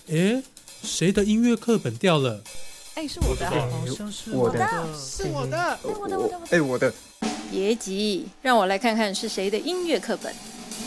诶，谁的音乐课本掉了？ 是我的， 好像是我的，是我的， 我的。 别急，让我来看看是谁的音乐课本。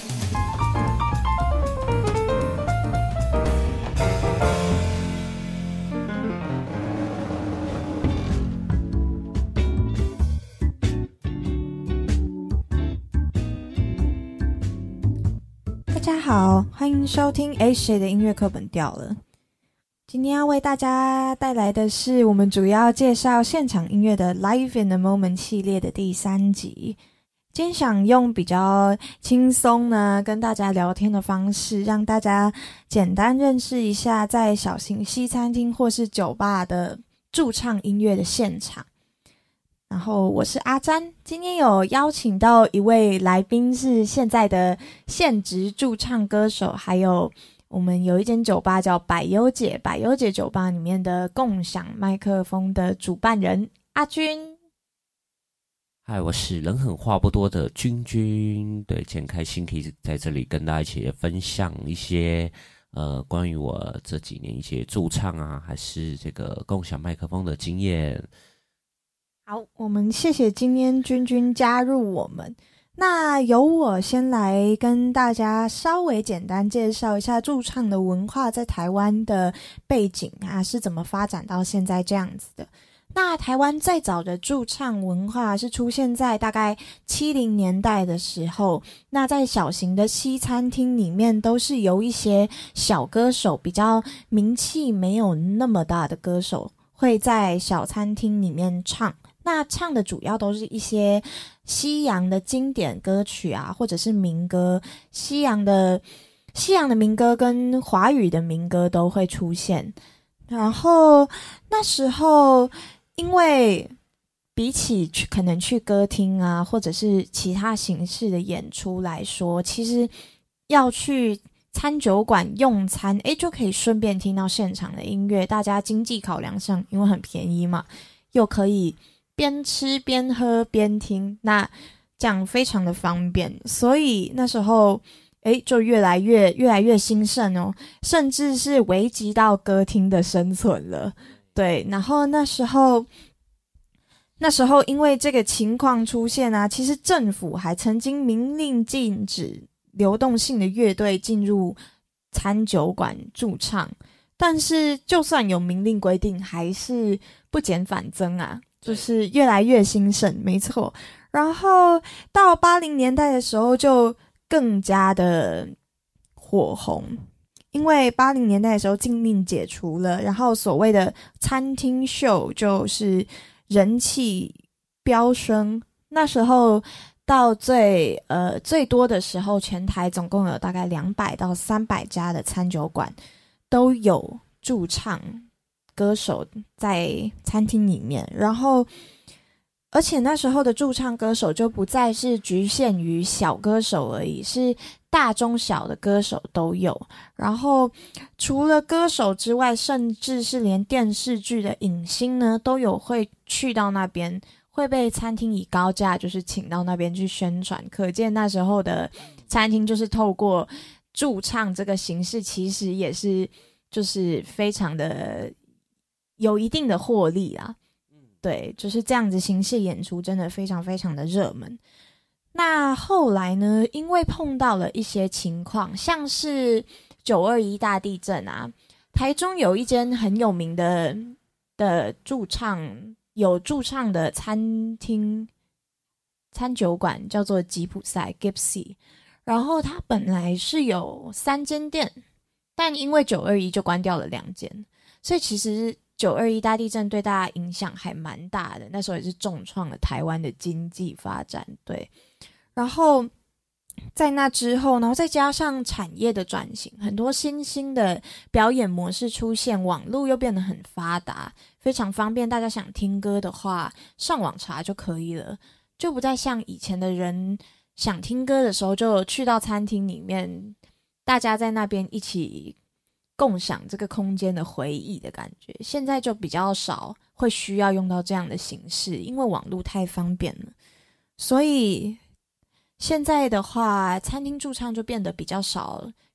大家好，欢迎收听谁的音乐课本掉了。今天要为大家带来的是我们主要介绍现场音乐的 Live in the Moment 系列的第3集。今天想用比较轻松呢跟大家聊天的方式，让大家简单认识一下在小型西餐厅或是酒吧的驻唱音乐的现场。然后我是阿詹，今天有邀请到一位来宾，是现在的现职驻唱歌手，还有我们有一间酒吧叫百优姐酒吧里面的共享麦克风的主办人阿军。 嗨，我是人狠话不多的君君。对，今天开心可以在这里跟大家一起分享一些关于我这几年一些驻唱啊，还是这个共享麦克风的经验。 好，我们谢谢今天君君加入我们。那由我先来跟大家稍微简单介绍一下驻唱的文化在台湾的背景啊，是怎么发展到现在这样子的。那台湾最早的驻唱文化是出现在大概70年代的时候，那在小型的西餐厅里面都是由一些小歌手，比较名气没有那么大的歌手会在小餐厅里面唱。那唱的主要都是一些西洋的经典歌曲啊，或者是民歌，西洋的民歌跟华语的民歌都会出现。然后那时候因为比起可能去歌厅啊，或者是其他形式的演出来说，其实要去餐酒馆用餐，就可以顺便听到现场的音乐。大家经济考量上，因为很便宜嘛，又可以边吃边喝边听，那这样非常的方便，所以那时候就越来越兴盛哦，甚至是危及到歌厅的生存了。对，然后那时候因为这个情况出现啊，其实政府还曾经明令禁止流动性的乐队进入餐酒馆驻唱，但是就算有明令规定，还是不减反增啊，就是越来越兴盛，没错。然后到80年代的时候就更加的火红，因为80年代的时候禁令解除了，然后所谓的餐厅秀就是人气飙升。那时候到最多的时候，全台总共有大概200到300家的餐酒馆都有驻唱歌手在餐厅里面，然后而且那时候的驻唱歌手就不再是局限于小歌手而已，是大中小的歌手都有。然后除了歌手之外，甚至是连电视剧的影星呢都有会去到那边，会被餐厅以高价就是请到那边去宣传。可见那时候的餐厅就是透过驻唱这个形式，其实也是就是非常的有一定的获利啦。对，就是这样子形式演出真的非常非常的热门。那后来呢，因为碰到了一些情况，像是921大地震啊，台中有一间很有名的驻唱的餐酒馆叫做吉普赛 Gipsy， 然后它本来是有3间店，但因为921就关掉了2间，所以其实921大地震对大家影响还蛮大的，那时候也是重创了台湾的经济发展。对，然后在那之后，然后再加上产业的转型，很多新兴的表演模式出现，网络又变得很发达，非常方便，大家想听歌的话上网查就可以了，就不再像以前的人想听歌的时候就去到餐厅里面，大家在那边一起共享这个空间的回忆的感觉。现在就比较少会需要用到这样的形式，因为网络太方便了，所以现在的话餐厅驻唱就变得比较少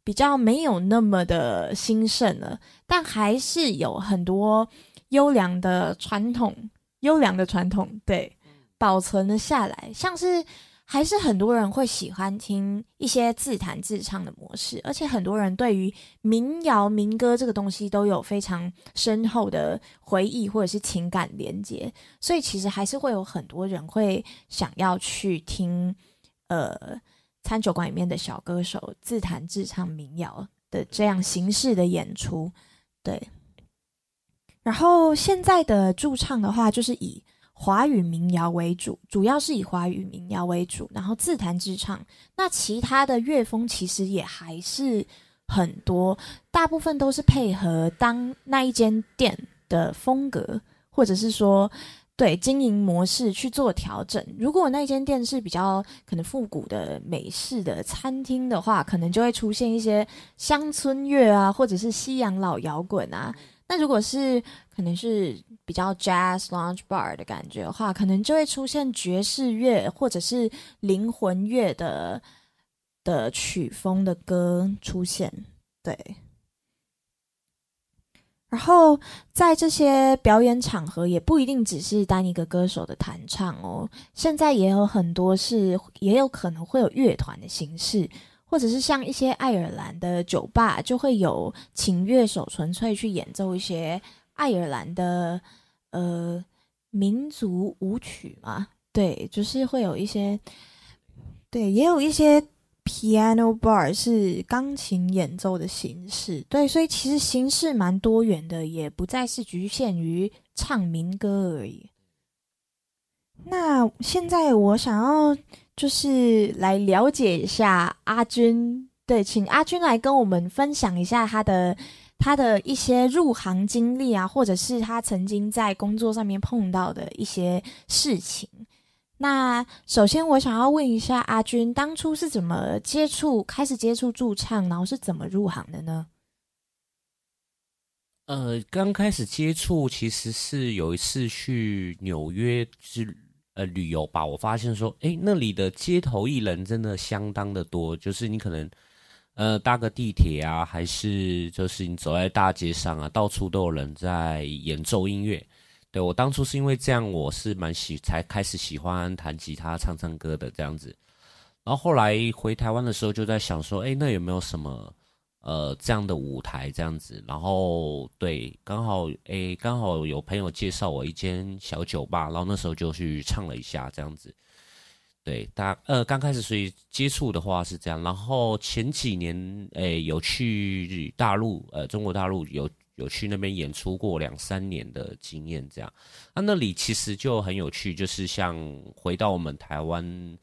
比较没有那么的兴盛了，但还是有很多优良的传统，对，保存了下来。像是还是很多人会喜欢听一些自弹自唱的模式，而且很多人对于民谣民歌这个东西都有非常深厚的回忆或者是情感连结，所以其实还是会有很多人会想要去听餐酒馆里面的小歌手自弹自唱民谣的这样形式的演出。对，然后现在的驻唱的话就是以华语民谣为主，主要是以华语民谣为主，然后自弹自唱。那其他的乐风其实也还是很多，大部分都是配合当那一间店的风格，或者是说对经营模式去做调整。如果那间店是比较可能复古的美式的餐厅的话，可能就会出现一些乡村乐啊，或者是西洋老摇滚啊。那如果是可能是比较 jazz lounge bar 的感觉的话，可能就会出现爵士乐或者是灵魂乐的曲风的歌出现。对，然后在这些表演场合也不一定只是单一个歌手的弹唱哦，现在也有很多也有可能会有乐团的形式，或者是像一些爱尔兰的酒吧就会有请乐手纯粹去演奏一些爱尔兰的民族舞曲嘛。对，就是会有一些，对，也有一些piano bar 是钢琴演奏的形式。对，所以其实形式蛮多元的，也不再是局限于唱民歌而已。那现在我想要就是来了解一下阿军，对，请阿军来跟我们分享一下他的一些入行经历啊，或者是他曾经在工作上面碰到的一些事情。那首先我想要问一下阿军，当初是怎么开始接触驻唱，然后是怎么入行的呢？ 刚开始接触其实是有一次去纽约旅游吧，我发现说，那里的街头艺人真的相当的多，就是你可能搭个地铁啊，还是就是你走在大街上啊，到处都有人在演奏音乐。对，我当初是因为这样，我是才开始喜欢弹吉他、唱歌的这样子。然后后来回台湾的时候，就在想说，那有没有什么这样的舞台这样子？然后对，刚好有朋友介绍我一间小酒吧，然后那时候就去唱了一下这样子。对，刚开始所以接触的话是这样，然后前几年有去大陆中国大陆有去那边演出过2-3年的经验这样。那里其实就很有趣，就是像回到我们台湾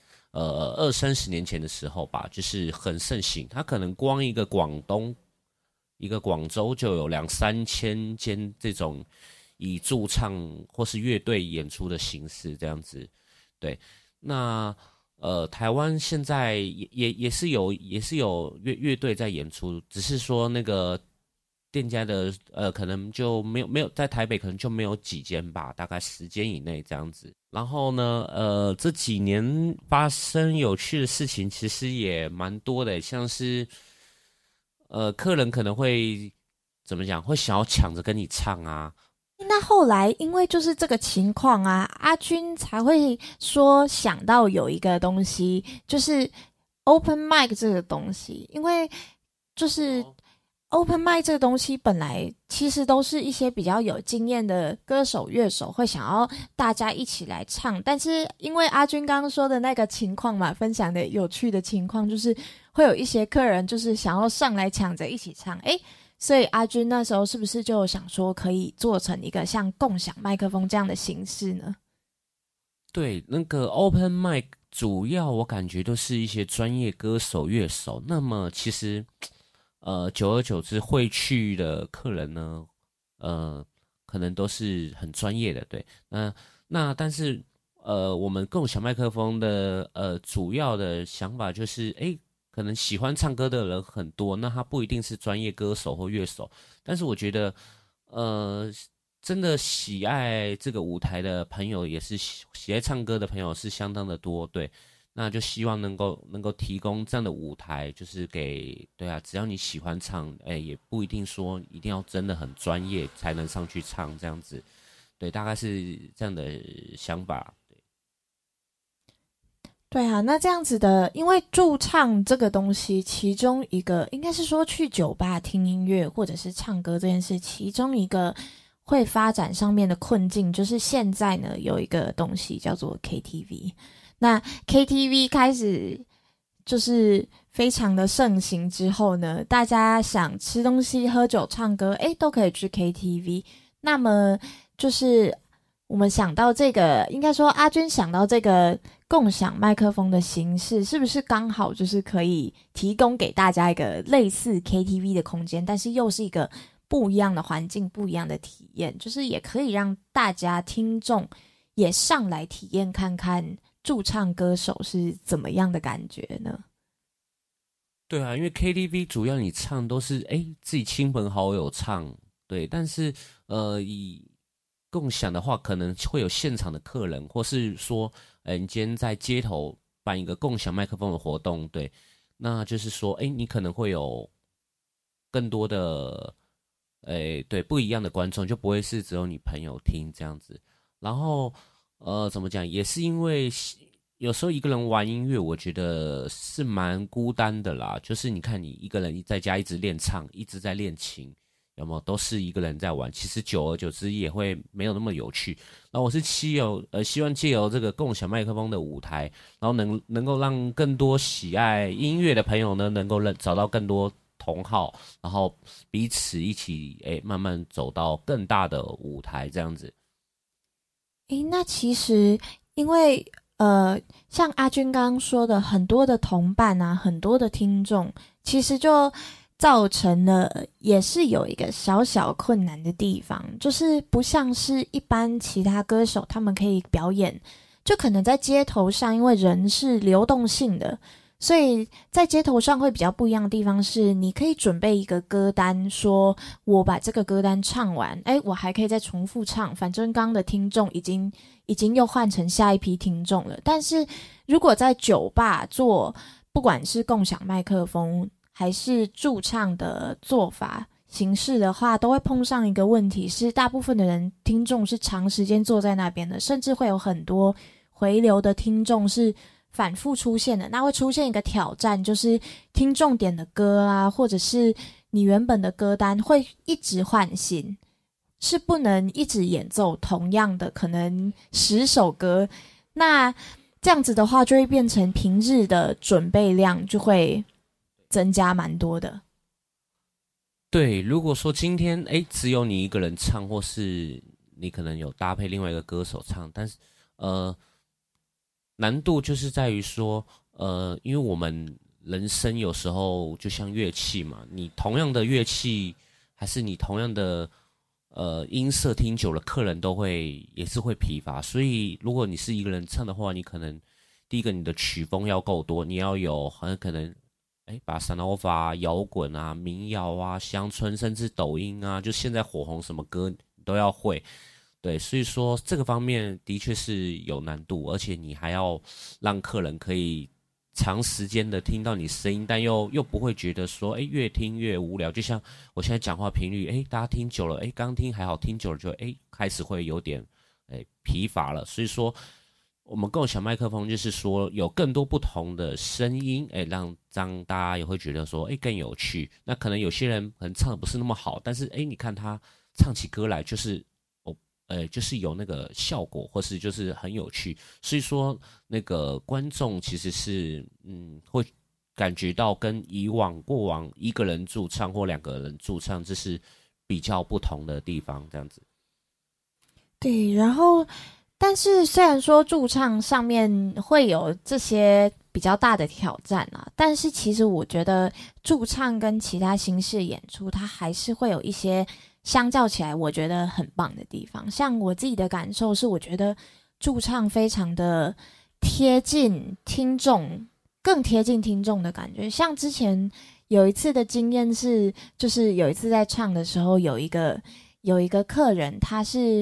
20-30年前的时候吧，就是很盛行，它可能光一个广州就有2-3千间这种以驻唱或是乐队演出的形式这样子。对，那台湾现在也是有乐队在演出，只是说那个店家的可能就没有在台北可能就没有几间吧，大概10间以内这样子。然后呢这几年发生有趣的事情其实也蛮多的，像是客人可能会怎么讲，会想要抢着跟你唱啊。 那后来因为就是这个情况啊，阿军才会说想到有一个东西，就是 open mic 这个东西。因为就是open mic 这个东西本来其实都是一些比较有经验的歌手乐手会想要大家一起来唱，但是因为阿军刚刚说的那个情况嘛，分享的有趣的情况就是会有一些客人就是想要上来抢着一起唱，所以阿军那时候是不是就想说可以做成一个像共享麦克风这样的形式呢？ 对，那个 open mic 主要我感觉都是一些专业歌手乐手，那么其实久而久之会去的客人呢可能都是很专业的。对，那但是我们共享麦克风的主要的想法就是可能喜欢唱歌的人很多，那他不一定是专业歌手或乐手，但是我觉得真的喜爱这个舞台的朋友，也是喜爱唱歌的朋友是相当的多。对， 那就希望能够提供这样的舞台，就是给只要你喜欢唱，也不一定说一定要真的很专业才能上去唱这样子，对，大概是这样的想法。 对啊，那这样子的，因为驻唱这个东西，其中一个应该是说去酒吧听音乐或者是唱歌这件事，其中一个会发展上面的困境，就是现在呢有一个东西叫做 KTV。那 KTV 开始就是非常的盛行之后呢，大家想吃东西、喝酒、唱歌，都可以去 KTV。那么就是我们想到这个，应该说阿君想到这个共享麦克风的形式，是不是刚好就是可以提供给大家一个类似 KTV 的空间，但是又是一个不一样的环境、不一样的体验，就是也可以让大家听众也上来体验看看驻唱歌手是怎么样的感觉呢？ 对啊，因为 KTV 主要你唱都是自己亲朋好友唱，对，但是以共享的话，可能会有现场的客人，或是说你今天在街头办一个共享麦克风的活动，对，那就是说你可能会有更多的对不一样的观众，就不会是只有你朋友听这样子。然后怎么讲，也是因为有时候一个人玩音乐，我觉得是蛮孤单的啦。就是你看，你一个人在家一直练唱，一直在练琴，有没有？都是一个人在玩，其实久而久之也会没有那么有趣。然后我是希望借由这个共享麦克风的舞台，然后能够让更多喜爱音乐的朋友呢，能够找到更多同好，然后彼此一起慢慢走到更大的舞台这样子。 那其实因为像阿君刚刚说的，很多的同伴啊，很多的听众，其实就造成了也是有一个小小困难的地方，就是不像是一般其他歌手他们可以表演，就可能在街头上，因为人是流动性的，所以在街头上会比较不一样的地方是，你可以准备一个歌单，说我把这个歌单唱完，我还可以再重复唱，反正刚刚的听众已经又换成下一批听众了。但是如果在酒吧做，不管是共享麦克风还是驻唱的做法形式的话，都会碰上一个问题，是大部分的人听众是长时间坐在那边的，甚至会有很多回流的听众是反复出现的。那会出现一个挑战，就是听众点的歌啊，或者是你原本的歌单会一直换新，是不能一直演奏同样的可能10首歌。那这样子的话，就会变成平日的准备量就会增加蛮多的。 对，如果说今天只有你一个人唱，或是你可能有搭配另外一个歌手唱，但是难度就是在于说因为我们人声有时候就像乐器嘛，你同样的乐器还是你同样的音色听久了，客人也是会疲乏。所以如果你是一个人唱的话，你可能第一个你的曲风要够多，你要有很可能把萨诺法、摇滚啊、民谣啊、乡村，甚至抖音啊，就现在火红什么歌你都要会。对，所以说这个方面的确是有难度，而且你还要让客人可以长时间的听到你声音，但又不会觉得说越听越无聊。就像我现在讲话频率大家听久了刚听还好，听久了就开始会有点疲乏了。所以说我们共享麦克风就是说有更多不同的声音让大家也会觉得说更有趣。那可能有些人可能唱的不是那么好，但是你看他唱起歌来就是就是有那个效果，或是就是很有趣。所以说那个观众其实是会感觉到跟过往一个人驻唱或2个人驻唱这是比较不同的地方这样子。 对，然后但是虽然说驻唱上面会有这些比较大的挑战啊，但是其实我觉得驻唱跟其他形式演出它还是会有一些相较起来我觉得很棒的地方。像我自己的感受是，我觉得驻唱非常的贴近听众，更贴近听众的感觉。像之前有一次的经验是，就是有一次在唱的时候，有一个客人他是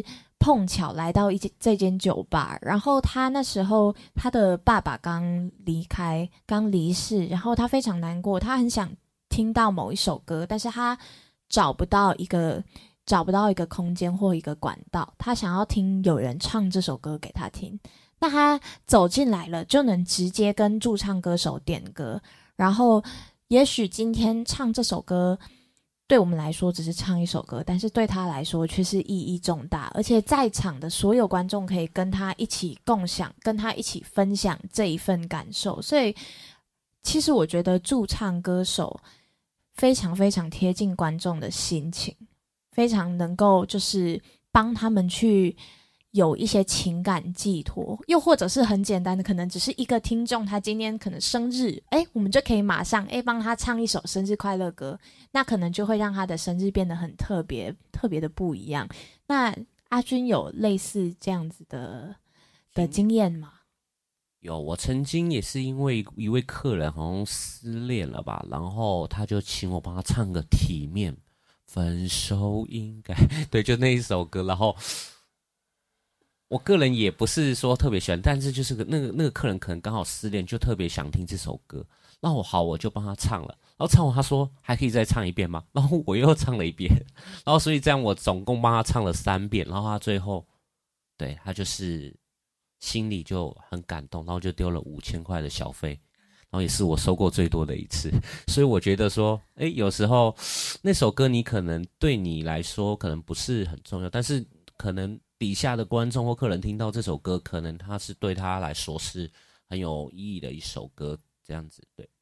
碰巧来到这间酒吧，然后他那时候他的爸爸刚离世，然后他非常难过，他很想听到某一首歌，但是他找不到一个空间或一个管道，他想要听有人唱这首歌给他听。那他走进来了，就能直接跟驻唱歌手点歌，然后也许今天唱这首歌对我们来说只是唱一首歌，但是对他来说却是意义重大，而且在场的所有观众可以跟他一起共享，跟他一起分享这一份感受。所以其实我觉得驻唱歌手非常非常贴近观众的心情，非常能够就是帮他们去有一些情感寄托，又或者是很简单的，可能只是一个听众他今天可能生日，我们就可以马上帮他唱一首生日快乐歌，那可能就会让他的生日变得很特别的不一样。那阿君有类似这样子的经验吗？ 有，我曾经也是因为一位客人好像失恋了吧，然后他就请我帮他唱个体面分手应该对，就那一首歌，然后我个人也不是说特别喜欢，但是就是那个客人可能刚好失恋，就特别想听这首歌。然后我就帮他唱了，然后唱完他说还可以再唱一遍吗？然后我又唱了一遍，然后所以这样我总共帮他唱了3遍，然后他最后对他就是心里就很感动，然后就丢了5000块的小费，然后也是我收过最多的一次。所以我觉得说有时候那首歌你可能对你来说可能不是很重要，但是可能底下的观众或客人听到这首歌，可能他是对他来说是很有意义的一首歌，这样子。对，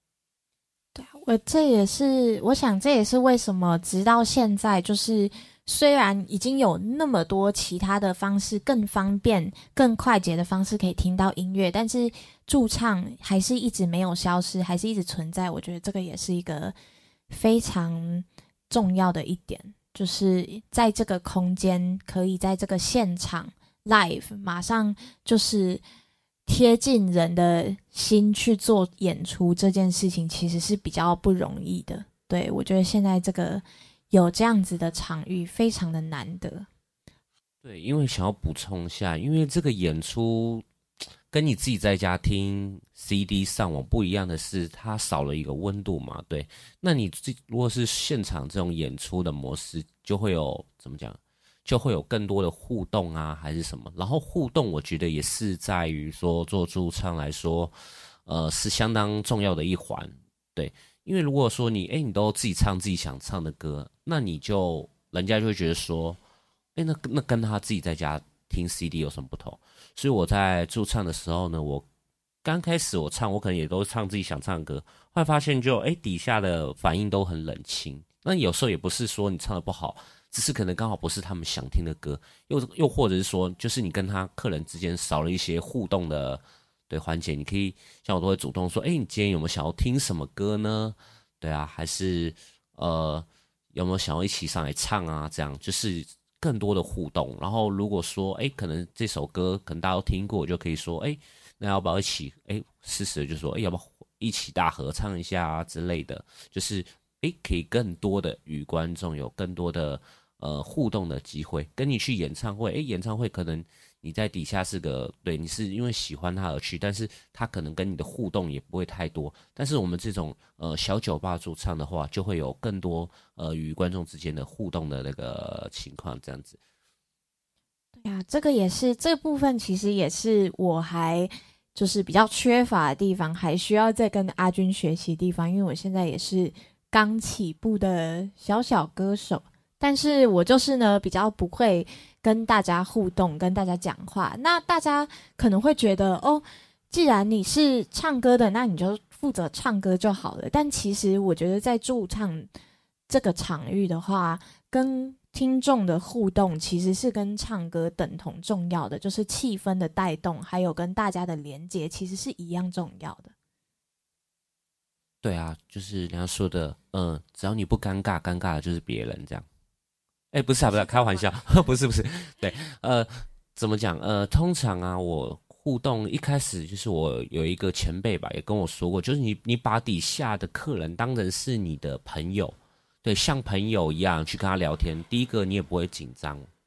我想这也是为什么直到现在，就是虽然已经有那么多其他的方式更方便更快捷的方式可以听到音乐，但是驻唱还是一直没有消失，还是一直存在。我觉得这个也是一个非常重要的一点，就是在这个空间可以在这个现场 live 马上就是贴近人的心去做演出，这件事情其实是比较不容易的。对，我觉得现在这个有这样子的场域非常的难得。 对，因为想要补充一下，因为这个演出跟你自己在家听 CD 上网不一样的是，它少了一个温度嘛。对，那你如果是现场这种演出的模式，就会有怎么讲，就会有更多的互动啊，还是什么。然后互动，我觉得也是在于说做驻唱来说，是相当重要的一环。对，因为如果说你都自己唱自己想唱的歌，那人家就会觉得说，那跟他自己在家听 CD 有什么不同？所以我在驻唱的时候呢，我刚开始我可能也都唱自己想唱的歌，后来发现底下的反应都很冷清。那有时候也不是说你唱的不好，只是可能刚好不是他们想听的歌，又或者是说，就是你跟他客人之间少了一些互动的环节。你可以像我都会主动说，你今天有没有想要听什么歌呢？对啊，还是有没有想要一起上来唱啊？这样就是更多的互动。然后如果说可能这首歌可能大家都听过，我就可以说那要不要一起适时的就说要不要一起大合唱一下啊之类的，就是可以更多的与观众有更多的互动的机会。跟你去演唱会，演唱会可能你在底下你是因为喜欢他而去，但是他可能跟你的互动也不会太多。但是我们这种小酒吧驻唱的话，就会有更多与观众之间的互动的那个情况，这样子。 对啊，这部分其实也是我还就是比较缺乏的地方，还需要再跟阿君学习的地方。因为我现在也是刚起步的小歌手，但是我就是呢比较不会跟大家互动，跟大家讲话。那大家可能会觉得既然你是唱歌的，那你就负责唱歌就好了。但其实我觉得在驻唱这个场域的话，跟听众的互动其实是跟唱歌等同重要的，就是气氛的带动，还有跟大家的连接，其实是一样重要的。 对啊，就是人家说的，只要你不尴尬，尴尬的就是别人这样。不是开玩笑，不是，对，怎么讲？通常啊，我互动一开始就是我有一个前辈吧，也跟我说过，就是你把底下的客人当成是你的朋友，对，像朋友一样去跟他聊天。第一个你也不会紧张，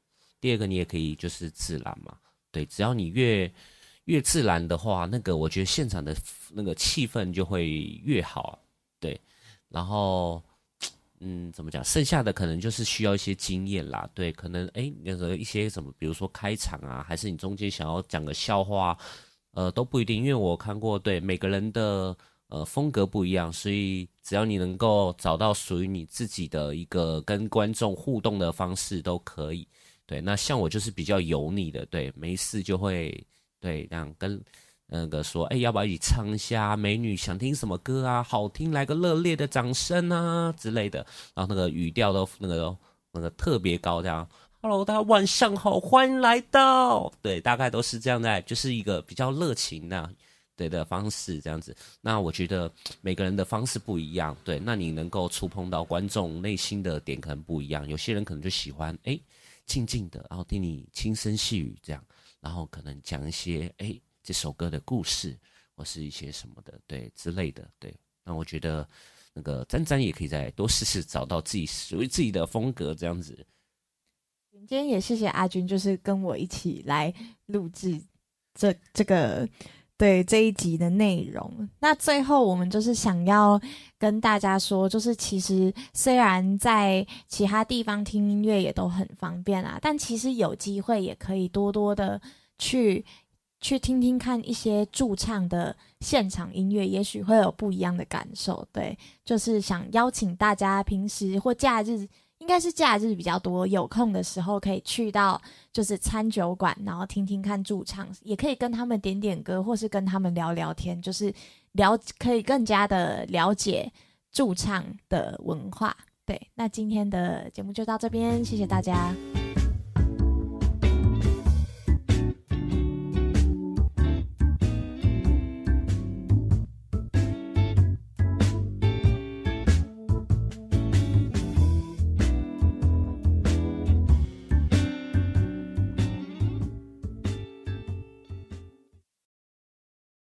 第二个你也可以就是自然嘛，对，只要你越自然的话，那个我觉得现场的那个气氛就会越好，对，然后怎么讲，剩下的可能就是需要一些经验啦，对，可能那个一些什么，比如说开场啊，还是你中间想要讲个笑话，都不一定，因为我看过，对，每个人的风格不一样，所以只要你能够找到属于你自己的一个跟观众互动的方式都可以。对，那像我就是比较油腻的，对，没事就会对这样跟那个说，要不要一起唱一下？美女想听什么歌啊？好听，来个热烈的掌声啊之类的。然后那个语调都那个特别高，这样。Hello， 大家晚上好，欢迎来到。对，大概都是这样的，就是一个比较热情的。对的方式这样子，那我觉得每个人的方式不一样，对，那你能够触碰到观众内心的点可能不一样，有些人可能就喜欢静静的，然后听你轻声细语这样，然后可能讲一些这首歌的故事或是一些什么的，对之类的，对，那我觉得那个詹詹也可以再多试试找到自己属于自己的风格这样子。 今天也谢谢阿军，就是跟我一起来录制这个。对这一集的内容，那最后我们就是想要跟大家说，就是其实虽然在其他地方听音乐也都很方便啊，但其实有机会也可以多多的去听听看一些驻唱的现场音乐，也许会有不一样的感受。对，就是想邀请大家平时或假日，应该是假日比较多，有空的时候可以去到就是餐酒馆，然后听听看驻唱，也可以跟他们点点歌，或是跟他们聊聊天，就是可以更加的了解驻唱的文化。对，那今天的节目就到这边，谢谢大家。